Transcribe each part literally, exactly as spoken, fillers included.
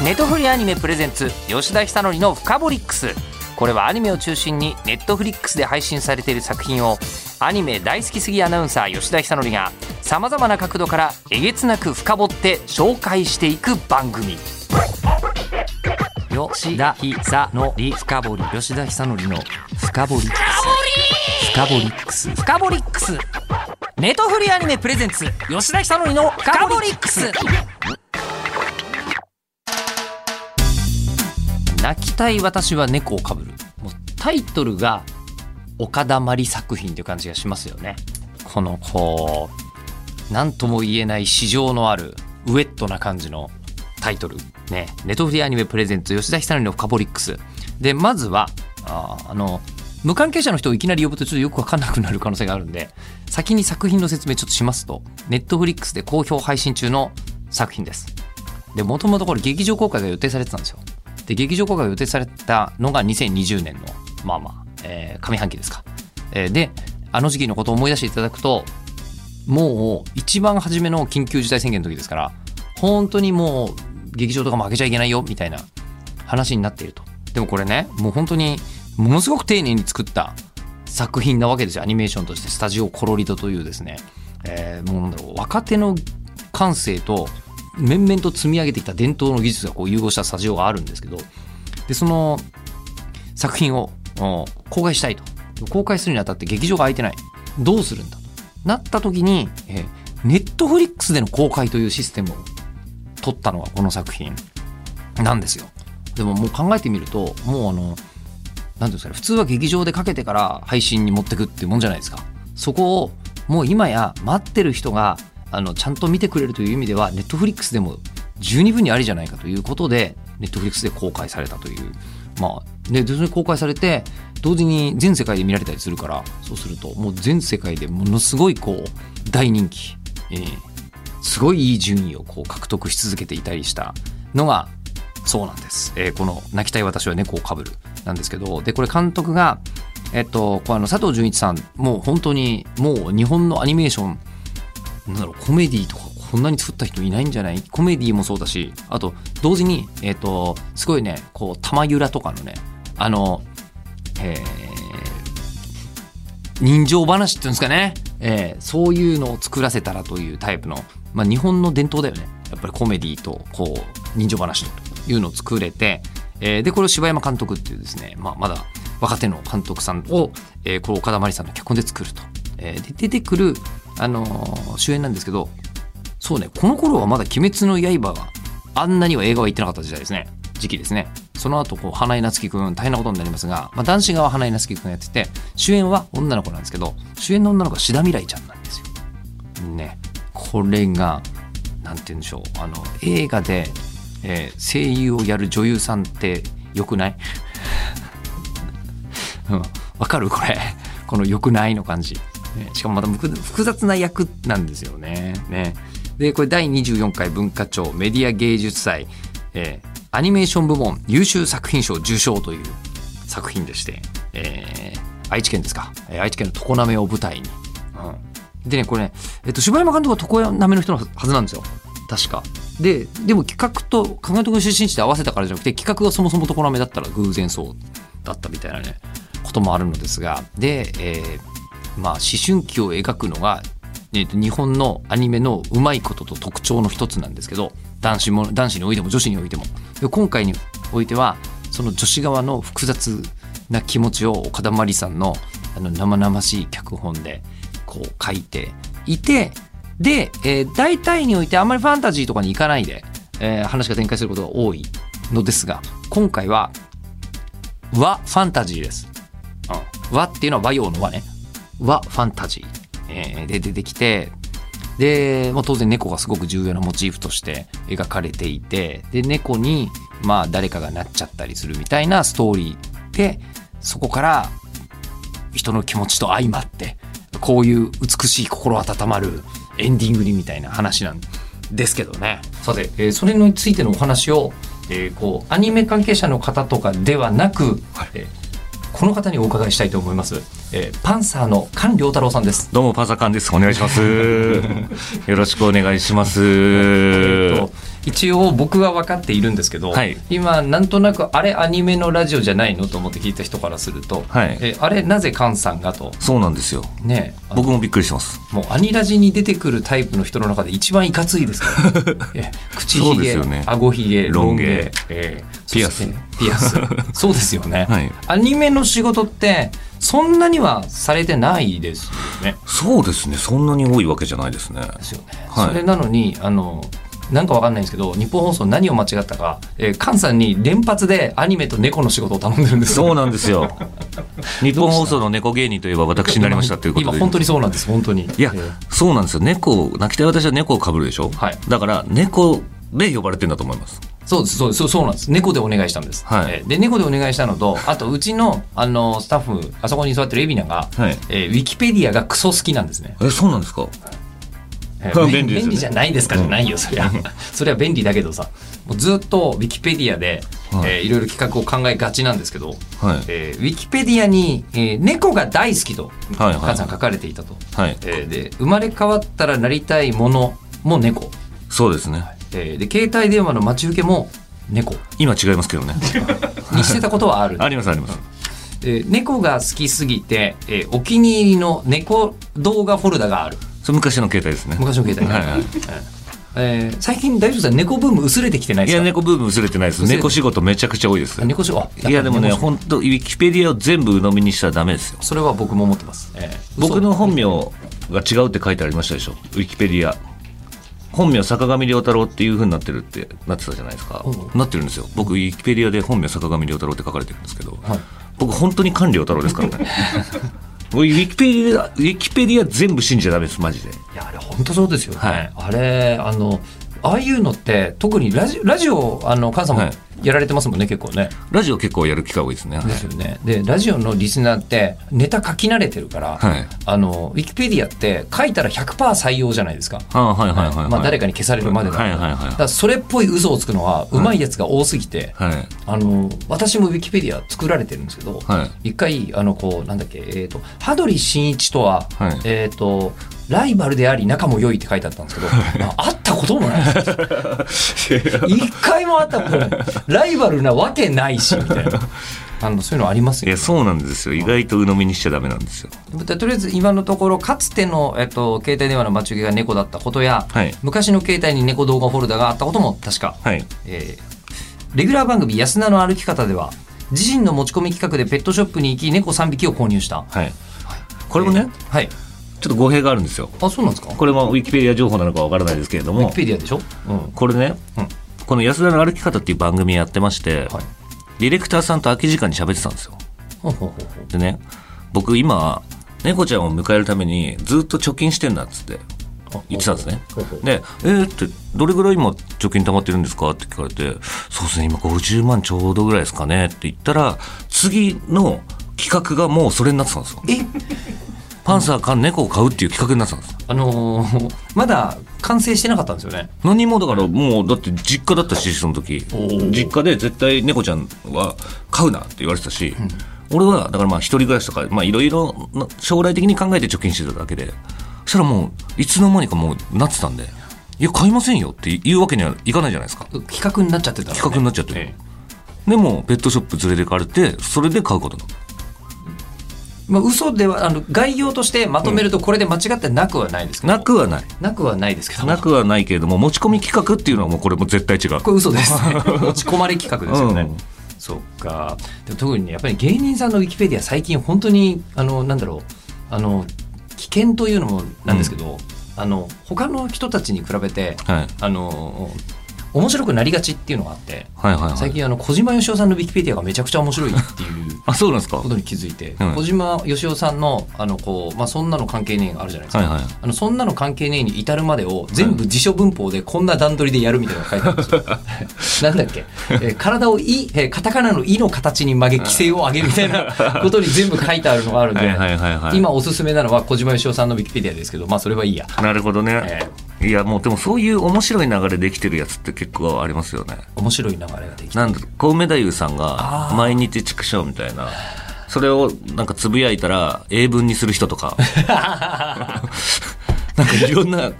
ネトフリアニメプレゼンツ吉田久典のフカボリックス。これはアニメを中心にネットフリックスで配信されている作品をアニメ大好きすぎアナウンサー吉田久典がさまざまな角度からえげつなく深掘って紹介していく番組。吉田久典深掘り、吉田久典の深掘りックス、深掘りックス、深掘りックス。ネトフリアニメプレゼンツ吉田久典の深掘りックス。泣きたい私は猫をかぶる。もうタイトルが岡田真理作品という感じがしますよね。このこう何とも言えない市場のあるウェットな感じのタイトルね。ネトフリアニメプレゼンツ吉田久典のフカボリックスで、まずはああの無関係者の人をいきなり呼ぶとちょっとよく分かんなくなる可能性があるんで、先に作品の説明ちょっとしますと、ネットフリックスで好評配信中の作品です。で、もともとこれ劇場公開が予定されてたんですよ。で、劇場公開が予定されたのがにせんにじゅうねんのまあまあ、えー、上半期ですか、えー、であの時期のことを思い出していただくと、もう一番初めの緊急事態宣言の時ですから、本当にもう劇場とかも開けちゃいけないよみたいな話になっていると。でもこれね、もう本当にものすごく丁寧に作った作品なわけですよ。アニメーションとしてスタジオコロリドというですね、えー、もうなんだろう、若手の感性と面々と積み上げてきた伝統の技術がこう融合したスタジオがあるんですけど、でその作品を公開したいと。公開するにあたって劇場が空いてない、どうするんだとなった時に、えー、ネットフリックスでの公開というシステムを取ったのがこの作品なんですよ。でももう考えてみると、もうあのなんていうんですかね、普通は劇場でかけてから配信に持ってくっていうもんじゃないですか。そこをもう今や待ってる人があのちゃんと見てくれるという意味では、ネットフリックスでも十二分にありじゃないかということで、ネットフリックスで公開されたという、まあね、で公開されて同時に全世界で見られたりするから、そうするともう全世界でものすごいこう大人気、えー、すごいいい順位をこう獲得し続けていたりしたのがそうなんです、えー、この泣きたい私は猫をかぶるなんですけど、でこれ監督が、えっと、こうあの佐藤純一さん、もう本当にもう日本のアニメーションなんだろう、コメディとかこんなに作った人いないんじゃない。コメディもそうだし、あと同時に、えー、とすごいね、こう玉ゆらとかのね、あの、えー、人情話っていうんですかね、えー、そういうのを作らせたらというタイプの、まあ、日本の伝統だよね。やっぱりコメディとこう人情話というのを作れて、えー、でこれを柴山監督っていうですね、まあ、まだ若手の監督さんを、えー、これ岡田真理さんの脚本で作ると、えー、で出てくるあのー、主演なんですけど、そうね、この頃はまだ鬼滅の刃があんなには映画は行ってなかった時代ですね、時期ですね。その後こう花井夏樹くん大変なことになりますが、まあ、男子側は花井夏樹くんやってて、主演は女の子なんですけど、主演の女の子は志田未来ちゃんなんですよね。これがなんて言うんでしょう、あの映画で、えー、声優をやる女優さんってよくないうん、わかるこれ、このよくないの感じ、しかもまた複雑な役なんですよね。ねでこれだいにじゅうよんかい文化庁メディア芸術祭、えー、アニメーション部門優秀作品賞受賞という作品でして、えー、愛知県ですか、えー、愛知県の常滑を舞台に、うん、でねこれね、えっと、柴山監督は常滑の人のはずなんですよ確か。ででも企画と監督の出身地で合わせたからじゃなくて、企画がそもそも常滑だったら偶然そうだったみたいなねこともあるのですが、で、えーまあ、思春期を描くのが、えー、と日本のアニメのうまいことと特徴の一つなんですけど、男子も男子においても女子においても、で今回においてはその女子側の複雑な気持ちを岡田真理さんのあの生々しい脚本でこう書いていて、で、えー、大体においてあんまりファンタジーとかに行かないで、えー、話が展開することが多いのですが、今回は和ファンタジーです、うん、和っていうのは和洋の和ね、はファンタジー、えー、で出てきて、で、まあ、当然猫がすごく重要なモチーフとして描かれていて、で猫にまあ誰かがなっちゃったりするみたいなストーリーで、そこから人の気持ちと相まってこういう美しい心温まるエンディングにみたいな話なんですけどね。さて、えー、それについてのお話を、えー、こうアニメ関係者の方とかではなく、はい、えーこの方にお伺いしたいと思います、えー、パンサーの菅良太郎さんです。 どうもパンサー菅です。お願いしますよろしくお願いします、えーと一応僕は分かっているんですけど、はい、今なんとなくあれアニメのラジオじゃないのと思って聞いた人からすると、はい、えあれなぜ菅さんがと。 そうなんですよ、ね、僕もびっくりしてます。 もうアニラジに出てくるタイプの人の中で一番いかついですからえ口ひげ、ね、顎ひげ、ロン毛、えー、 ピアスピアスそうですよね、 はい、 アニメの仕事ってそんなにはされてないですよね。 そうですね、そんなに多いわけじゃないですね。 ですよね、はい、それなのにあのなんかわかんないんですけど、日本放送何を間違ったか、えー、菅さんに連発でアニメと猫の仕事を頼んでるんですよ。 そうなんですよ日本放送の猫芸人といえば私になりましたということで、 今本当にそうなんです。本当にいや、えー、そうなんですよ。猫泣きたい私は猫をかぶるでしょ、はい、だから猫で呼ばれてるんだと思います。 そうですそうですそうなんです。猫でお願いしたんです、はい、えー、で猫でお願いしたのと、あとうちの、あのスタッフあそこに座ってる海老名が、はい、えー、ウィキペディアがクソ好きなんですね。 えそうなんですか。 えー、便利ですよね、便利じゃないですかじゃないよ、うん、そりゃそれは便利だけどさ、もうずっとウィキペディアで、はい、えー、いろいろ企画を考えがちなんですけど、はい、えー、ウィキペディアに、えー、猫が大好きと菅、はいはい、さん書かれていたと、はい、えー、で生まれ変わったらなりたいものも猫。 そうですね、 えー、で携帯電話の待ち受けも猫。 今違いますけどねにしてたことはあるありますあります、 えー、猫が好きすぎて、えー、お気に入りの猫動画フォルダがある。 それ昔の携帯ですね。 昔の携帯、はいはい、えー、最近大丈夫ですか。猫ブーム薄れてきてないですか。 いや猫ブーム薄れてないです。猫仕事めちゃくちゃ多いです。 猫仕事いやでもね本当ウィキペディアを全部鵜呑みにしたらダメですよ。 それは僕も思ってます、えー、 僕の本名が違うって書いてありましたでしょウィキペディア。本名坂上良太郎っていう風になってるってなってたじゃないですか、うん、なってるんですよ。僕ウィキペディアで本名坂上良太郎って書かれてるんですけど、はい、僕本当に菅良太郎ですからねウィキペディアウィキペディア全部信じちゃダメですマジで。いやあれ本当そうですよね、はい、あれあのああいうのって特にラジ, ラジオあの菅さんもやられてますもんね、はい、結構ね。 ラジオ結構やる機会多いですね。 ですよね。でラジオのリスナーってネタ書き慣れてるから、はい、あのウィキペディアって書いたら ひゃくパーセント 採用じゃないですか。誰かに消されるまでだから、はいはいはい、だからそれっぽい嘘をつくのはうまいやつが多すぎて、はい、あの私もウィキペディア作られてるんですけど、はい、一回あのこうなんだっけ、えーと、羽鳥慎一とは、はい、えーとライバルであり仲も良いって書いてあったんですけど会ったこともない一回も会ったことないライバルなわけないしみたいなあのそういうのありますよね。 いやそうなんですよ。意外と鵜呑みにしちゃダメなんですよ。 とりあえず今のところかつての、えっと、携帯電話の待ち受けが猫だったことや、はい、昔の携帯に猫動画フォルダがあったことも確か、はい、えー、レギュラー番組安田の歩き方では自身の持ち込み企画でペットショップに行き猫さんびきを購入した、はい、 これもね、 えー、はいちょっと語弊があるんですよ。 あ、そうなんですか。 これもウィキペディア情報なのかわからないですけれども、 ウィキペディアでしょ、うん、 これね、うん、この安田の歩き方っていう番組やってまして、はい、ディレクターさんと空き時間に喋ってたんですよ。ほうほうほうほう。でね、僕今猫ちゃんを迎えるためにずっと貯金してんだっつって言ってたんですね。で、えー、ってどれぐらい今貯金溜まってるんですかって聞かれて、そうですね今ごじゅうまんちょうどぐらいですかねって言ったら、次の企画がもうそれになってたんですよ。えパンサーか猫を買うっていう企画になってたんです。 あのー、まだ完成してなかったんですよね。 何もだからもうだって実家だったし、その時実家で絶対猫ちゃんは買うなって言われてたし、うん、俺はだからまあ一人暮らしとかまあいろいろ将来的に考えて貯金してただけで、そしたらもういつの間にかもうなってたんで、いや買いませんよって言うわけにはいかないじゃないですか。 企画になっちゃってた、ね、 企画になっちゃってる、ええ、でもペットショップ連れてかれてそれで買うことなの。 まあ、嘘ではあの概要としてまとめるとこれで間違ってなくはないですけど、 なくはないなくはないですけどなくはないけれども、持ち込み企画っていうのはもうこれも絶対違う。 これ嘘ですね持ち込まれ企画ですよね、うん、そっか。でも特にねやっぱり芸人さんのウィキペディア最近本当にあのなんだろうあの危険というのもなんですけど、うん、あの他の人たちに比べて、はい、あの面白くなりがちっていうのがあって、はいはいはい、最近あの小島よしおさんのウィキペディアがめちゃくちゃ面白いっていうあ、そうなんですか。 ことに気づいて、はい、小島よしおさんのあのこう、まあ、そんなの関係ねえがあるじゃないですか、はいはい、あのそんなの関係ねえに至るまでを全部辞書文法でこんな段取りでやるみたいなのが書いてあるんですよなんだっけ、えー、体をい、えー、カタカナのイの形に曲げ規制を上げみたいなことに全部書いてあるのがあるんではいはいはい、はい、今おすすめなのは小島よしおさんのウィキペディアですけど、まあそれはいいや。 なるほどね、えー、いやもうでもそういう面白い流れできてるやつって結構ありますよね。 面白い流れができてる。 なんだコウメ太夫さんが毎日畜生みたいな、それをなんかつぶやいたら英文にする人とかなんかいろんな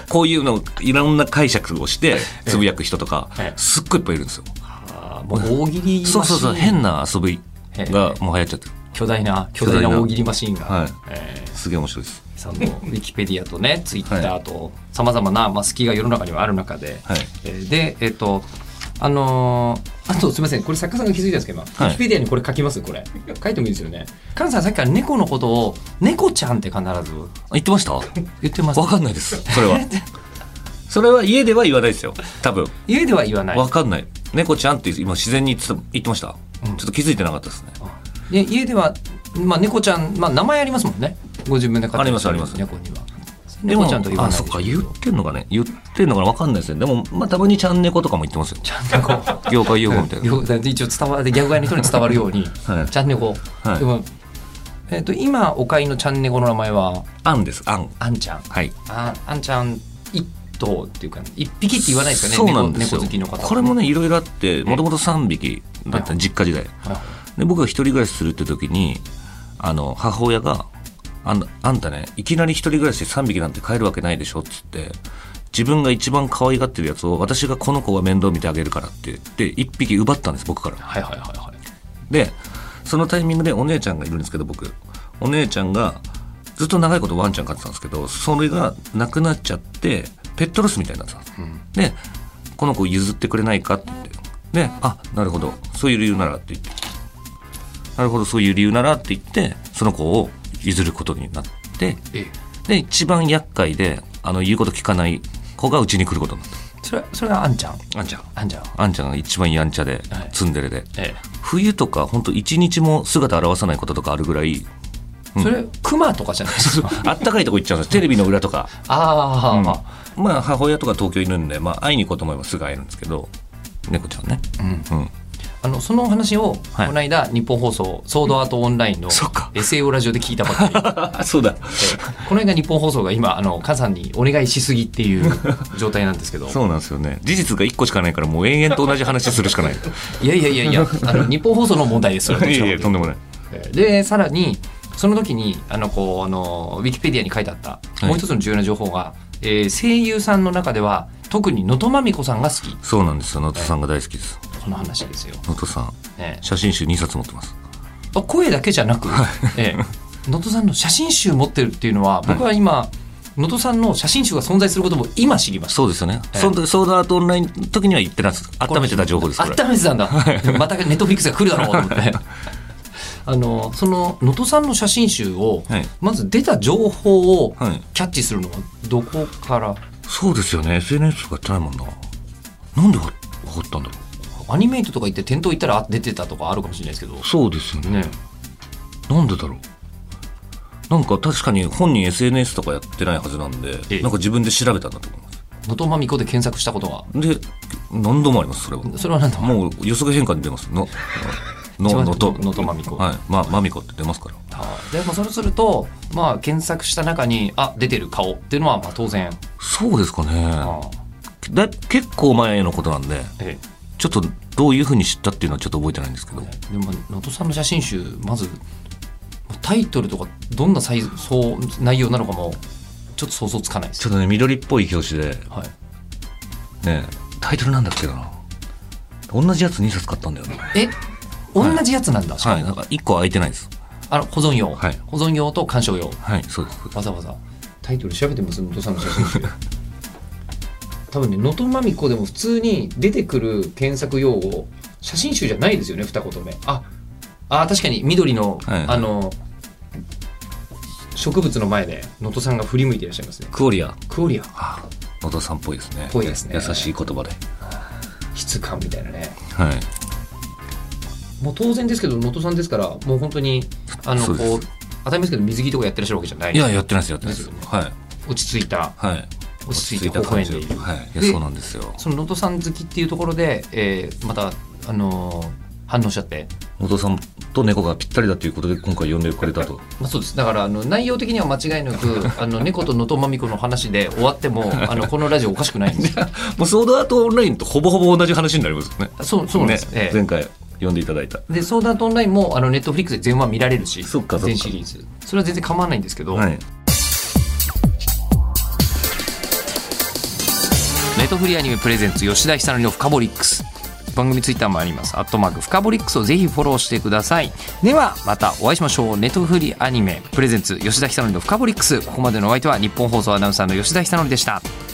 こういうのいろんな解釈をしてつぶやく人とか、 ええ、 すっごいいっぱいいるんですよ。 あもう大喜利マシン、 そうそうそう、変な遊びがもう流行っちゃってる。 巨大な巨大な大喜利マシンが、 はい、 えー、 すげえ面白いです。 そのウィキペディアとねツイッターとさまざまな、まあ、隙が世の中にはある中で、 はい、 えー、でえっ、ー、とあのー、あとすみません、これ作家さんが気づいたんですけど今、はい、ウィキペディアにこれ書きます。これ書いてもいいですよね。菅さんさっきから猫のことを猫ちゃんって必ず言ってました言ってます。 分かんないですそれはそれは家では言わないですよ多分。 家では言わない。 分かんない。猫ちゃんって今自然に言ってました、うん、ちょっと気づいてなかったですね。 で家では、まあ、猫ちゃん、まあ、名前ありますもんね。ご自分で飼ってる猫には。 ありますあります。 猫ちゃんと言わないでしょ。 あ、そっか、言ってんのかね。言ってんのかな、分かんないですね。でも、まあ、たまにちゃん猫とかも言ってますよ。 ちゃん猫業界用語みたいな。 一応伝わる、逆側の人に伝わるように、はい、ちゃん猫、はい、でも、えー、と今お飼いのちゃん猫の名前はあんです。あん。 あんちゃん。 はい。 あ、あんちゃん一頭っていうか一匹って言わないですかね。 そうなんですよ。 猫好きの方、ね、 これもねいろいろあって、もともとさんびきだった実家時代。で僕が一人暮らしするって時に、あの母親があんあんたねいきなり一人暮らしでさんびきなんて飼えるわけないでしょっつって、自分が一番可愛がってるやつを私がこの子が面倒見てあげるからって言っていっぴき奪ったんです僕から。 はいはいはいはい。 でそのタイミングでお姉ちゃんがいるんですけど、僕お姉ちゃんがずっと長いことワンちゃん飼ってたんですけど、それがなくなっちゃってペットロスみたいになってたんです、うん、でこの子譲ってくれないかって言って、であなるほどそういう理由ならって言って、なるほどそういう理由ならって言ってその子を譲ることになって、ええ、で一番厄介であの言うこと聞かない子がうちに来ることになった。 それそれがあんちゃん。 あんちゃんあんちゃんあんちゃんが一番やんちゃで、はい、ツンデレで、 ええ、 冬とか本当一日も姿現さないこととかあるぐらい、 うん、それクマとかじゃないですか。 あったかいとこ行っちゃうんですテレビの裏とか。 あ、 うん、まあ母親とか東京いるんで、まあ、会いに行こうと思えばすぐ会えるんですけど、猫ちゃんね、うんうん、あのその話をこの間、はい、日本放送ソードアートオンラインの エスエーオ ラジオで聞いたばっかりそうだ。 この間日本放送が今あの菅さんにお願いしすぎっていう状態なんですけどそうなんですよね。事実がいっこしかないからもう延々と同じ話するしかないいやいやいやいやあの日本放送の問題ですよ。 いやいやとんでもない。 でさらにその時にあのこうあのウィキペディアに書いてあったもう一つの重要な情報が、はい、えー、声優さんの中では特に能登まみこさんが好き。 そうなんですよ。能登さんが大好きです。 この話ですよ。 能登さん、 ね、 写真集にさつ持ってます。 あ声だけじゃなく、はい、えー、能登さんの写真集持ってるっていうのは僕は今能登、はい、さんの写真集が存在することも今知りました。 そうですよね、えー、そのソードアートオンラインの時には言ってないです。温めてた情報です。これ温めてたんだまたネットフリックスが来るだろうと思ってあのその能登さんの写真集を、はい、まず出た情報をキャッチするのはどこから、はい、 そうですよね。 エスエヌエス とかやってないもんな。なんで分かったんだろう。 アニメイトとか行って店頭行ったら出てたとかあるかもしれないですけど。 そうですよ ね, ねなんでだろう。なんか確かに本人 エスエヌエス とかやってないはずなんで、なんか自分で調べたんだと思います。 能登まみこで検索したことはで何度もあります。それはそれは何度ももう予測変換に出ますのののとのとまみこ、 はい、ままみこって出ますから。 はあ、でもそうすると、まあ、検索した中にあ出てる顔っていうのはまあ当然。 そうですかね、はあ、だ結構前のことなんで、ええ、ちょっとどういうふうに知ったっていうのはちょっと覚えてないんですけど、 でも能登さんの写真集まずタイトルとかどんな内容なのかもちょっと想像つかないです。 ちょっとね緑っぽい表紙で、 はい、 ねタイトルなんだっけな、同じやつにさつ買ったんだよね。 え同じやつなんだ。 はい、はい、なんかいっこ空いてないです。 あの保存用、 はい、 保存用と鑑賞用。 はいそうです。 わざわざタイトル調べてます。能登さんの写真集多分ね能登まみこでも普通に出てくる検索用語写真集じゃないですよね。二言目ああ確かに緑の、はいはい、あの植物の前で能登さんが振り向いていらっしゃいますね。 クオリアクオリア、 はあ、能登さんっぽいですね。 ぽいですね。 優しい言葉で、 はあ、質感みたいなね。 はい。 もう当然ですけど能登さんですからもう本当にあのこう当たり前ですけど水着とかやってらっしゃるわけじゃない。 いややってないですやってないです、ね、はい。 落ち着いた、 はい、 落ち着いた微笑んでいる。 はい。いやそうなんですよ。 その能登さん好きっていうところで、えー、またあのー、反応しちゃって能登さんと猫がぴったりだということで今回呼んでくれたと。 まあ、そうです。だからあの内容的には間違いなくあの猫と能登まみこの話で終わってもあのこのラジオおかしくないんですよもうソードアートオンラインとほぼほぼ同じ話になりますよね。 そうそうなんです、ねええ、 前回読んでいただいたでソードアートオンラインもあのネットフリックスで全話見られるし、 そっかそっか全シリーズそれは全然構わないんですけど、 はい、 ネトフリアニメプレゼンツ吉田久典のフカボリックス、番組ツイッターもあります。アットマークフカボリックスをぜひフォローしてください。ではまたお会いしましょう。ネトフリアニメプレゼンツ吉田久典のフカボリックス、ここまでのお相手は日本放送アナウンサーの吉田久典でした。